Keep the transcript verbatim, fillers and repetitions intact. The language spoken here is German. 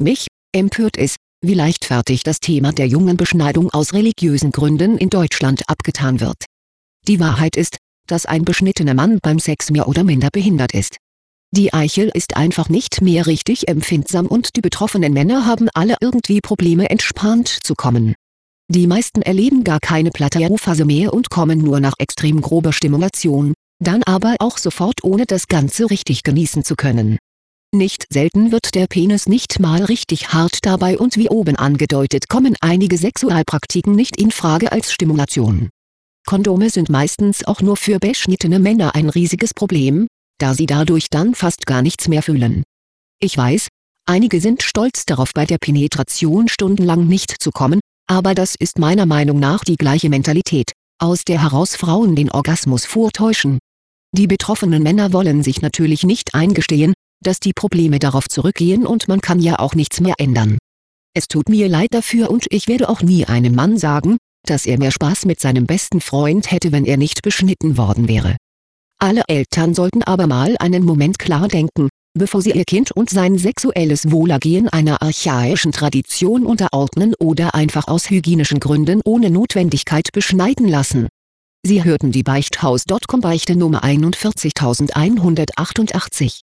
Mich empört es, wie leichtfertig das Thema der Jungenbeschneidung aus religiösen Gründen in Deutschland abgetan wird. Die Wahrheit ist, dass ein beschnittener Mann beim Sex mehr oder minder behindert ist. Die Eichel ist einfach nicht mehr richtig empfindsam und die betroffenen Männer haben alle irgendwie Probleme, entspannt zu kommen. Die meisten erleben gar keine Plateauphase mehr und kommen nur nach extrem grober Stimulation, dann aber auch sofort, ohne das Ganze richtig genießen zu können. Nicht selten wird der Penis nicht mal richtig hart dabei und wie oben angedeutet kommen einige Sexualpraktiken nicht in Frage als Stimulation. Kondome sind meistens auch nur für beschnittene Männer ein riesiges Problem, da sie dadurch dann fast gar nichts mehr fühlen. Ich weiß, einige sind stolz darauf, bei der Penetration stundenlang nicht zu kommen, aber das ist meiner Meinung nach die gleiche Mentalität, aus der heraus Frauen den Orgasmus vortäuschen. Die betroffenen Männer wollen sich natürlich nicht eingestehen, dass die Probleme darauf zurückgehen und man kann ja auch nichts mehr ändern. Es tut mir leid dafür und ich werde auch nie einem Mann sagen, dass er mehr Spaß mit seinem besten Freund hätte, wenn er nicht beschnitten worden wäre. Alle Eltern sollten aber mal einen Moment klar denken, bevor sie ihr Kind und sein sexuelles Wohlergehen einer archaischen Tradition unterordnen oder einfach aus hygienischen Gründen ohne Notwendigkeit beschneiden lassen. Sie hörten die Beichthaus Punkt com Beichte Nummer einundvierzigtausendeinhundertachtundachtzig.